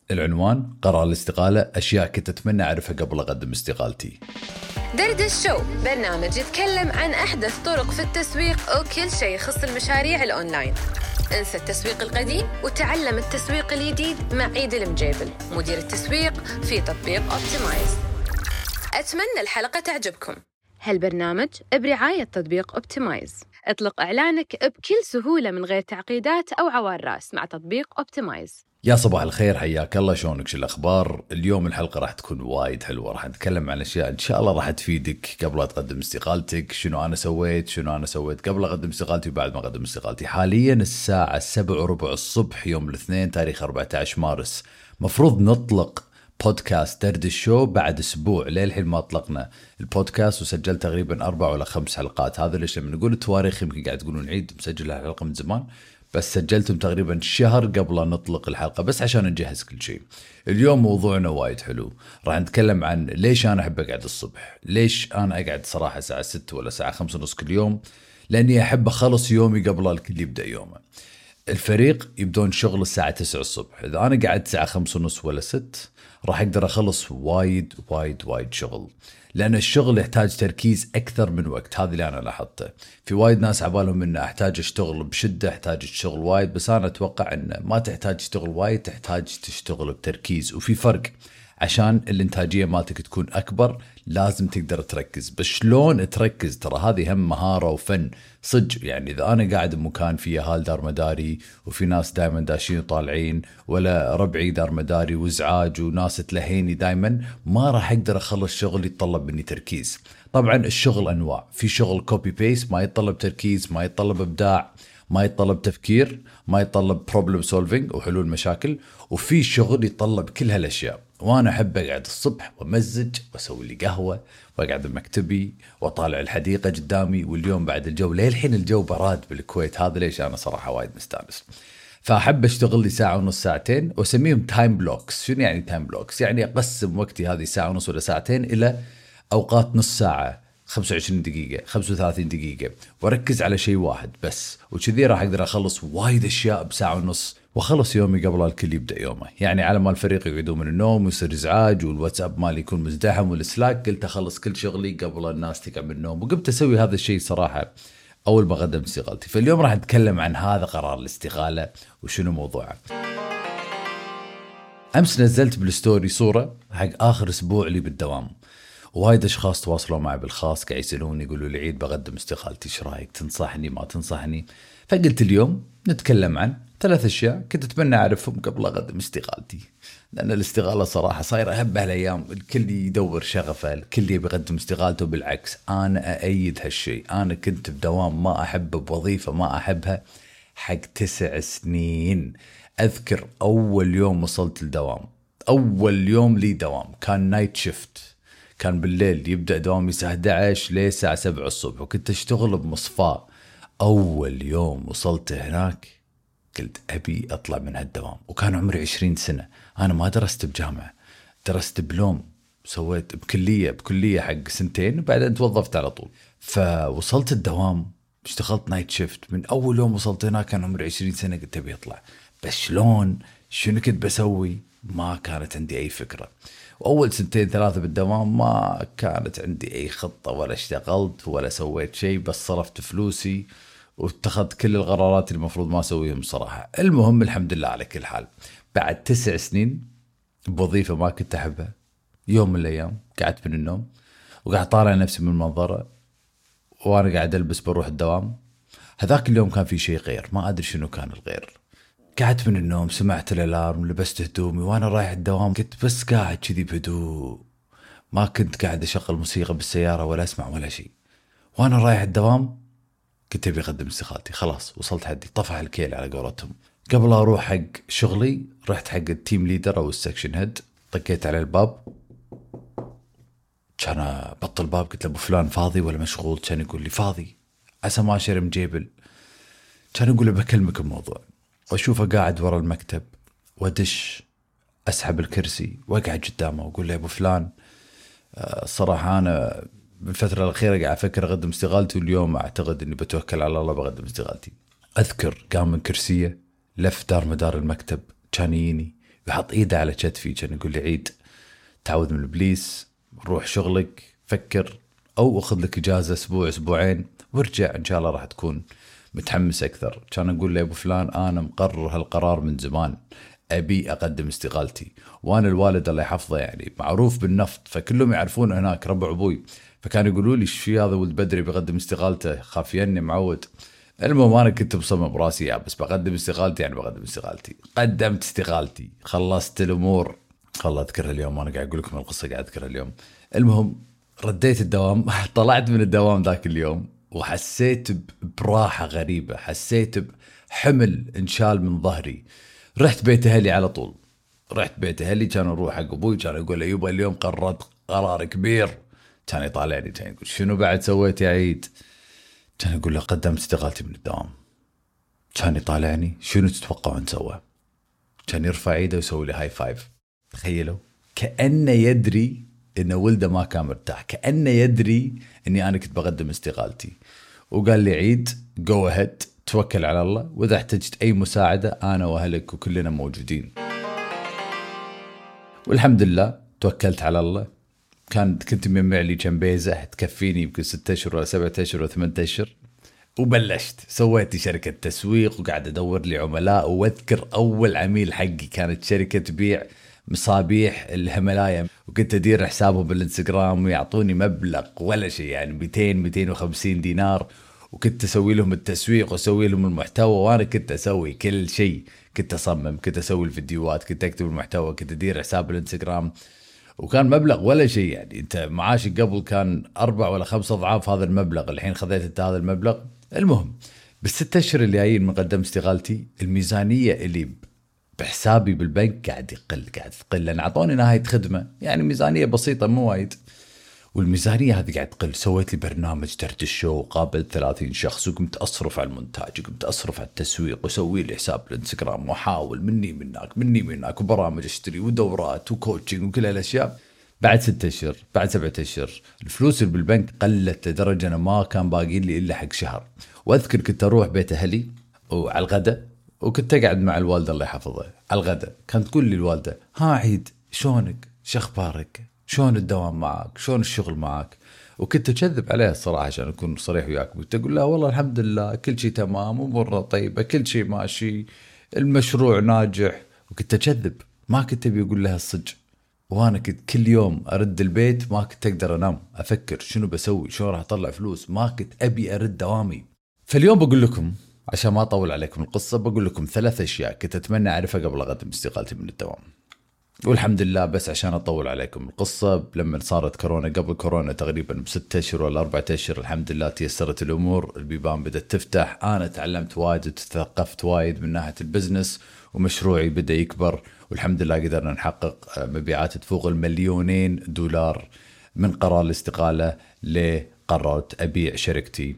العنوان: قرار الاستقالة، أشياء كنت أتمنى أعرفها قبل أقدم استقالتي. دردش شو برنامج يتكلم عن أحدث طرق في التسويق وكل شيء يخص المشاريع الأونلاين. انسى التسويق القديم وتعلم التسويق الجديد مع عيد المجيبل، مدير التسويق في تطبيق أوبتمايز. أتمنى الحلقة تعجبكم. هالبرنامج برعاية تطبيق أوبتمايز. اطلق إعلانك بكل سهولة من غير تعقيدات أو عوار راس مع تطبيق أوبتمايز. يا صباح الخير، حياك الله، شلونك، شو الأخبار؟ اليوم الحلقة راح تكون وايد حلوة، راح نتكلم عن أشياء إن شاء الله راح تفيدك قبل لا تقدم استقالتك. شنو أنا سويت قبل أقدم استقالتي وبعد ما أقدم استقالتي. حاليا الساعة 7:15 الصبح يوم الاثنين تاريخ 14 مارس. مفروض نطلق بودكاست دردش شو بعد أسبوع، للحين ما أطلقنا البودكاست وسجلت تقريبا 4 ولا 5 حلقات. هذا ليش لما نقول التواريخ يمكن قاعد تقولون عيد مسجل الحلقة من زمان، بس سجلتم تقريبا شهر قبل أن نطلق الحلقة بس عشان نجهز كل شيء. اليوم موضوعنا وايد حلو، راح نتكلم عن ليش أنا أحب أقعد الصبح، ليش أنا أقعد صراحة الساعة 6 ولا الساعة 5:30 كل يوم، لأني أحب أخلص يومي قبل الكل يبدأ يومه. الفريق يبدون شغل الساعة 9 الصبح، إذا أنا قعدت الساعة 5:30 ولا 6 راح أقدر أخلص وايد شغل، لأن الشغل يحتاج تركيز أكثر من وقت. هذا اللي أنا لاحظته. في وايد ناس عبالهم إن أحتاج أشتغل بشدة، أحتاج أشتغل وايد، بس أنا أتوقع إن ما تحتاج تشتغل وايد، تحتاج تشتغل بتركيز. وفي فرق، عشان الانتاجية مالتك تكون أكبر لازم تقدر تركز. بس شلون تركز؟ ترى هذه هم مهارة وفن صدق. يعني إذا أنا قاعد بمكان فيه أهال دار مداري وفي ناس دائما داشين وطالعين، ولا ربعي دار مداري وازعاج وناس تلهيني دائما، ما راح أقدر أخلص شغل يتطلب مني تركيز. طبعا الشغل أنواع، في شغل كوبي بيست ما يتطلب تركيز، ما يتطلب إبداع، ما يتطلب تفكير، ما يتطلب بروبلم سولفينج وحلول مشاكل، وفي شغل يتطلب كل هالأشياء. وأنا أحب أقعد الصبح ومزج وأسوي لي قهوة وأقعد بمكتبي وأطالع الحديقة قدامي. واليوم بعد الجو للحين الجو براد بالكويت، هذا ليش أنا صراحة وايد مستانس. فأحب أشتغل لي ساعة ونص ساعتين وأسميهم تايم بلوكس. شنو يعني تايم بلوكس؟ يعني أقسم وقتي هذه ساعة ونص ولا ساعتين إلى أوقات نص ساعة، 25 دقيقة، 35 دقيقة، واركز على شيء واحد بس. وكذي راح اقدر اخلص وايد اشياء بساعة ونص واخلص يومي قبل الكل يبدأ يومه. يعني على ما الفريق يقعدون من النوم ويصير ازعاج والواتساب مالي يكون مزدحم والسلاك، قلت اخلص كل شغلي قبل الناس تقعد من النوم. وقمت اسوي هذا الشيء صراحة اول ما قدمت استقالتي. فاليوم راح نتكلم عن هذا قرار الاستقالة وشنو موضوعه. امس نزلت بالستوري صورة حق اخر اسبوع لي بالدوام، وايد اشخاص تواصلوا معي بالخاص قاعد يسألوني يقولوا لي عيد بقدم استقالتي، ايش رايك؟ تنصحني ما تنصحني؟ فقلت اليوم نتكلم عن 3 أشياء كنت اتمنى اعرفهم قبل اقدم استقالتي. لان الاستقالة صراحة صايرة هبة هالايام، الكل يدور شغفه، الكل يبي يقدم استقالته. بالعكس انا اأيد هالشيء. انا كنت بدوام ما احبه، بوظيفة ما احبها حق 9 سنين. اذكر اول يوم وصلت الدوام، اول يوم لي دوام كان نايت شيفت، كان بالليل، يبدأ دوامي الساعة 11 ليه الساعة 7 الصبح، وكنت أشتغل بمصفاة. أول يوم وصلت هناك قلت أبي أطلع من هالدوام، وكان عمري 20 سنة. أنا ما درست بجامعة، درست بلوم، سويت بكلية حق 2 وبعدين توظفت على طول. فوصلت الدوام اشتغلت نايت شيفت. من أول يوم وصلت هناك كان عمري 20 سنة، قلت أبي أطلع، بس شلون؟ شنو كنت بسوي؟ ما كانت عندي أي فكرة. وأول 2 3 بالدوام ما كانت عندي أي خطة، ولا اشتغلت ولا سويت شيء، بس صرفت فلوسي واتخذت كل القرارات اللي المفروض ما أسويهم صراحة. المهم الحمد لله على كل حال، بعد 9 سنين بوظيفة ما كنت أحبها، يوم من الأيام قعدت من النوم وقاعد طالع نفسي من المنظرة وأنا قاعد ألبس بروح الدوام. هذاك اليوم كان في شيء غير، ما أدري شنو كان الغير. قعدت من النوم، سمعت الالارم، لبست هدومي وانا رايح الدوام، كنت بس قاعد كذي بهدوء، ما كنت قاعد اشغل موسيقى بالسيارة ولا اسمع ولا شيء. وانا رايح الدوام كنت ابي اقدم استقالتي، خلاص وصلت حدي، طفح الكيل على قولتهم. قبل اروح حق شغلي رحت حق التيم ليدر او السكشن هيد، طقيت على الباب، كان بطل الباب، قلت له ابو فلان فاضي ولا مشغول؟ كان يقول لي فاضي. عسى ما شير مجيبل. كان يقول له بكلمك الموضوع. واشوفه قاعد ورا المكتب، ودش اسحب الكرسي واقعد قدامه واقول له ابو فلان، الصراحه انا بالفتره الاخيره قاعد افكر اقدم استقالتي، واليوم اعتقد اني بتوكل على الله بقدم استقالتي. اذكر قام من كرسيه، لف دار مدار المكتب، كان يجيني ويحط ايده على كتفي كان يقول لي عيد، تعوذ من الابليس، روح شغلك، فكر، او اخذ لك اجازه اسبوع اسبوعين وارجع ان شاء الله راح تكون متحمس اكثر. كان اقول له يا ابو فلان انا مقرر هالقرار من زمان، ابي اقدم استقالتي. وانا الوالد الله يحفظه يعني معروف بالنفط، فكلهم يعرفون هناك ربع ابوي، فكانوا يقولوا لي ايش في هذا ولد بدري بيقدم استقالته، خاف يني معود. المهم انا كنت مصمم براسي بس بقدم استقالتي، يعني بقدم استقالتي. قدمت استقالتي، خلصت الامور. والله اذكرها اليوم، انا قاعد اقول لكم القصه قاعد اذكرها اليوم. المهم رديت الدوام طلعت من الدوام ذاك اليوم وحسيت براحه غريبه، حسيت بحمل انشال من ظهري. رحت بيت اهلي على طول، رحت بيت اهلي، كان اروح حق ابوي، كان يقول له يبا اليوم قررت قرار كبير. كان يطالعني، كان يقول شنو بعد سويت يا عيد؟ كان يقول له قدمت استقالتي من الدوام. كان يطالعني، شنو تتوقعون سوى؟ كان يرفع ايده ويسوي لي هاي فايف. تخيلوا، كأنه يدري ان ولده ما كان مرتاح، كأنه يدري اني انا كنت بقدم استقالتي، وقال لي عيد جو اهيد، توكل على الله، واذا احتجت اي مساعده انا واهلك وكلنا موجودين. والحمد لله توكلت على الله. كنت مجمع لي جنبيزه تكفيني يمكن 6 أشهر ولا 7 أشهر ولا 8 أشهر، وبلشت سويت شركه تسويق وقاعد ادور لي عملاء. واذكر اول عميل حقي كانت شركه تبيع مصابيح الهيمالايا، وكنت ادير حسابهم بالانستغرام ويعطوني مبلغ ولا شيء، يعني 200-250 دينار، وكنت اسوي لهم التسويق واسوي لهم المحتوى، وانا كنت اسوي كل شيء، كنت اصمم، كنت اسوي الفيديوهات، كنت اكتب المحتوى، كنت ادير حساب الانستغرام، وكان مبلغ ولا شيء. يعني انت معاشك قبل كان 4 ولا 5 أضعاف هذا المبلغ، الحين خذيت انت هذا المبلغ. المهم بالست أشهر اللي جايين من قدم استقالتي، الميزانية اللي بحسابي بالبنك قاعد تقل، لأن عطوني نهاية خدمة، يعني ميزانية بسيطة مو وايد، والميزانية هذه قاعد تقل. سويت لي برنامج درت الشو، قابلت 30 شخص، وقمت أصرف على المونتاج، وقمت أصرف على التسويق، وسوي لي حساب الانستغرام، وحاول مني منك وبرامج اشتري ودورات وكوتشنج وكل هالأشياء. بعد 6 أشهر، بعد 7 أشهر، الفلوس اللي بالبنك قلت لدرجة أنا ما كان باقي لي إلا حق شهر. وأذكر كنت أروح بيت أهلي وعلى الغداء، وكنت أقعد مع الوالدة الله يحفظها على الغداء، كانت تقول لي الوالدة ها عيد شلونك، شخبارك، شلون الدوام معك، شلون الشغل معك؟ وكنت أكذب عليها الصراحة عشان أكون صريح وياك، كنت أقول لها والله الحمد لله كل شيء تمام، أمورنا طيبة، كل شيء ماشي، المشروع ناجح. وكنت أكذب، ما كنت أبي أقول لها الصدق. وانا كنت كل يوم ارد البيت، ما كنت اقدر انام، افكر شنو بسوي، شلون راح اطلع فلوس، ما كنت ابي ارد دوامي. فاليوم بقول لكم عشان ما اطول عليكم القصه، بقول لكم 3 أشياء كنت اتمنى اعرفها قبل اقدم استقالتي من الدوام. والحمد لله، بس عشان اطول عليكم القصه، لما صارت كورونا، قبل كورونا تقريبا ب6 أشهر ولا 4 أشهر، الحمد لله تيسرت الامور، البيبان بدات تفتح، انا تعلمت وايد وتثقفت وايد من ناحيه البزنس، ومشروعي بدا يكبر، والحمد لله قدرنا نحقق مبيعات تفوق $2,000,000 من قرار الاستقالة. لقررت أبيع شركتي،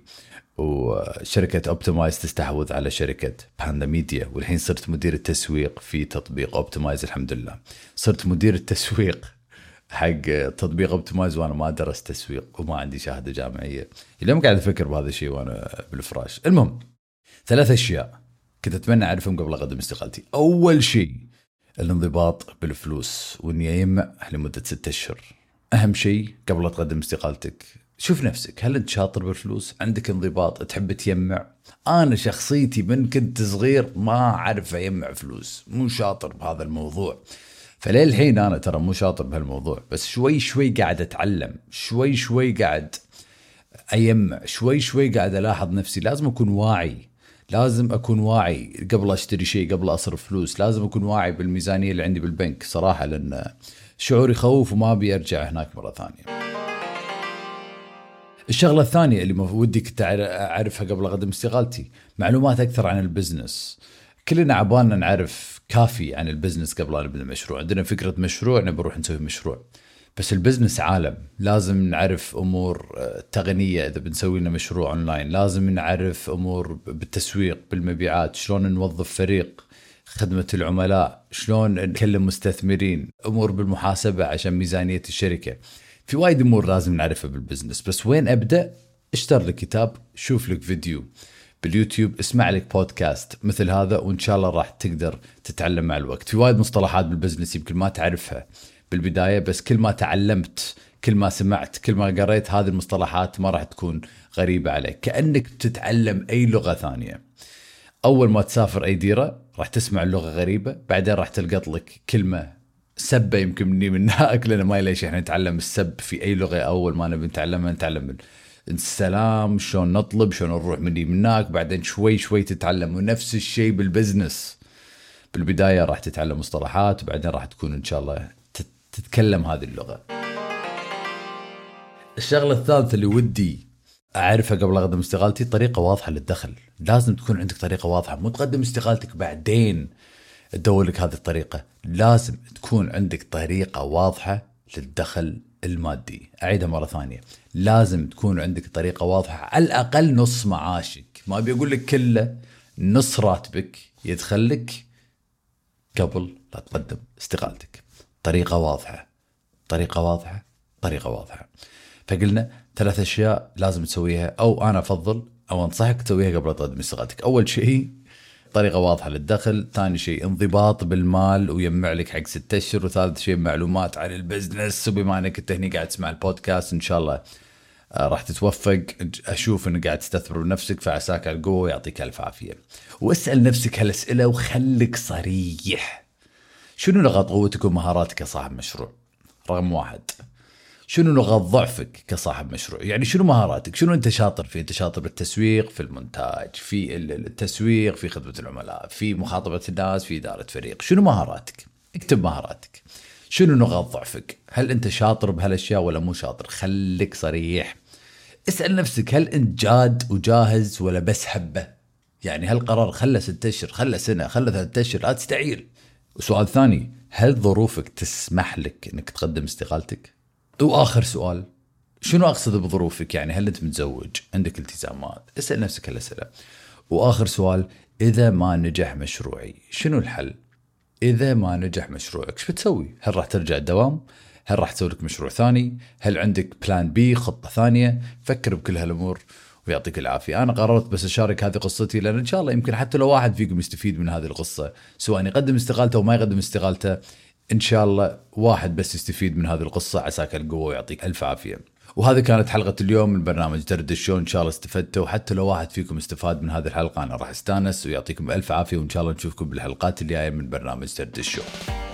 وشركة أوبتمايز تستحوذ على شركة باندا ميديا، والحين صرت مدير التسويق في تطبيق أوبتمايز. الحمد لله صرت مدير التسويق حق تطبيق أوبتمايز، وأنا ما درست تسويق وما عندي شهادة جامعية. اليوم قاعد أفكر بهذا الشيء وأنا بالفراش. المهم 3 أشياء كنت أتمنى أعرفهم قبل أقدم استقالتي. أول شيء الانضباط بالفلوس، وإني أجمع لمدة 6 أشهر. أهم شيء قبل لا تقدم استقالتك، شوف نفسك، هل أنت شاطر بالفلوس؟ عندك انضباط؟ تحب تجمع؟ أنا شخصيتي من كنت صغير ما أعرف أجمع فلوس، مو شاطر بهذا الموضوع. فليل الحين أنا ترى مو شاطر بهالموضوع، بس شوي شوي قاعد أتعلم، شوي شوي قاعد أجمع، شوي شوي قاعد ألاحظ نفسي. لازم أكون واعي، لازم أكون واعي قبل أشتري شيء، قبل أصرف فلوس، لازم أكون واعي بالميزانية اللي عندي بالبنك صراحة، لأن شعوري خوف وما أبي أرجع هناك مرة ثانية. الشغلة الثانية اللي ودي كنت أعرفها قبل أقدم استقالتي، معلومات أكثر عن البزنس. كلنا عبالنا نعرف كافي عن البزنس قبل أن نبدأ المشروع. عندنا فكرة مشروع، نبروح نسوي مشروع، بس البزنس عالم. لازم نعرف أمور تقنية إذا بنسوي لنا مشروع أونلاين، لازم نعرف أمور بالتسويق، بالمبيعات، شلون نوظف فريق، خدمة العملاء، شلون نكلم مستثمرين، أمور بالمحاسبة عشان ميزانية الشركة. في وايد أمور لازم نعرفها بالبزنس. بس وين أبدأ؟ اشتر لك كتاب، شوف لك فيديو باليوتيوب، اسمع لك بودكاست مثل هذا، وإن شاء الله راح تقدر تتعلم مع الوقت. في وايد مصطلحات بالبزنس يمكن ما تعرفها بالبداية، بس كل ما تعلمت، كل ما سمعت، كل ما قريت هذه المصطلحات ما راح تكون غريبة عليك، كأنك بتتعلم أي لغة ثانية. أول ما تسافر أي ديرة راح تسمع اللغة غريبة، بعدين راح تلقط لك كلمة سبة يمكن مني منك، لأن ما ليش إحنا نتعلم السب في أي لغة. أول ما نبي نتعلم السلام، شلون نطلب، شلون نروح مني منك، بعدين شوي شوي تتعلم. ونفس الشيء بالبزنس، بالبداية راح تتعلم مصطلحات، وبعدين راح تكون إن شاء الله تتكلم هذه اللغة. الشغلة الثالثة اللي ودي أعرفها قبل أقدم استقالتي، طريقة واضحة للدخل. لازم تكون عندك طريقة واضحة، مو تقدم استقالتك بعدين تدور لك هذه الطريقة. لازم تكون عندك طريقة واضحة للدخل المادي. أعيدها مرة ثانية، لازم تكون عندك طريقة واضحة، على الأقل نص معاشك، ما بيقول لك كله، نص راتبك يدخلك قبل لا تقدم استقالتك. طريقة واضحة، طريقة واضحة، طريقة واضحة. فقلنا 3 أشياء لازم تسويها، أو أنا أفضل أو أنصحك تسويها قبل تقدم استقالتك. أول شيء طريقة واضحة للدخل، ثاني شيء انضباط بالمال ويجمع لك حق 6 أشهر، وثالث شيء معلومات عن البزنس. وبما أنك أنت هني قاعد تسمع البودكاست إن شاء الله راح تتوفق. أشوف أنك قاعد تستثمر بنفسك، فعساك على القوة ويعطيك ألف عافية. واسأل نفسك هالأسئلة وخليك صريح. شنو نقاط قوتك ومهاراتك كصاحب مشروع؟ رقم 1. شنو نقاط ضعفك كصاحب مشروع؟ يعني شنو مهاراتك؟ شنو أنت شاطر فيه؟ أنت شاطر بالتسويق، في المونتاج، في التسويق، في خدمة العملاء، في مخاطبة الناس، في إدارة فريق. شنو مهاراتك؟ اكتب مهاراتك. شنو نقاط ضعفك؟ هل أنت شاطر بهالأشياء ولا مو شاطر؟ خليك صريح. اسأل نفسك، هل أنت جاد وجاهز ولا بس هبة؟ يعني هل قرار خلى 6 أشهر، خلى سنة، خلى 3 أشهر؟ لا تستعير. وسؤال ثاني، هل ظروفك تسمح لك أنك تقدم استقالتك؟ وآخر سؤال، شنو أقصد بظروفك؟ يعني هل أنت متزوج، عندك التزامات؟ اسأل نفسك هالأسئلة. وآخر سؤال، إذا ما نجح مشروعي شنو الحل؟ إذا ما نجح مشروعك ايش بتسوي؟ هل راح ترجع الدوام؟ هل راح تسوي لك مشروع ثاني؟ هل عندك بلان بي، خطة ثانية؟ فكر بكل هالأمور ويعطيك العافية. أنا قررت بس أشارك هذه قصتي، لأن إن شاء الله يمكن حتى لو واحد فيكم يستفيد من هذه القصة، سواء يقدم استقالته وما يقدم استقالته، إن شاء الله واحد بس يستفيد من هذه القصة. عساك القوة ويعطيك ألف عافية. وهذه كانت حلقة اليوم من برنامج درد الشو. إن شاء الله استفدتوا، وحتى لو واحد فيكم استفاد من هذه الحلقة أنا راح استانس. ويعطيكم ألف عافية، وإن شاء الله نشوفكم بالحلقات الجاية من برنامج درد الشو.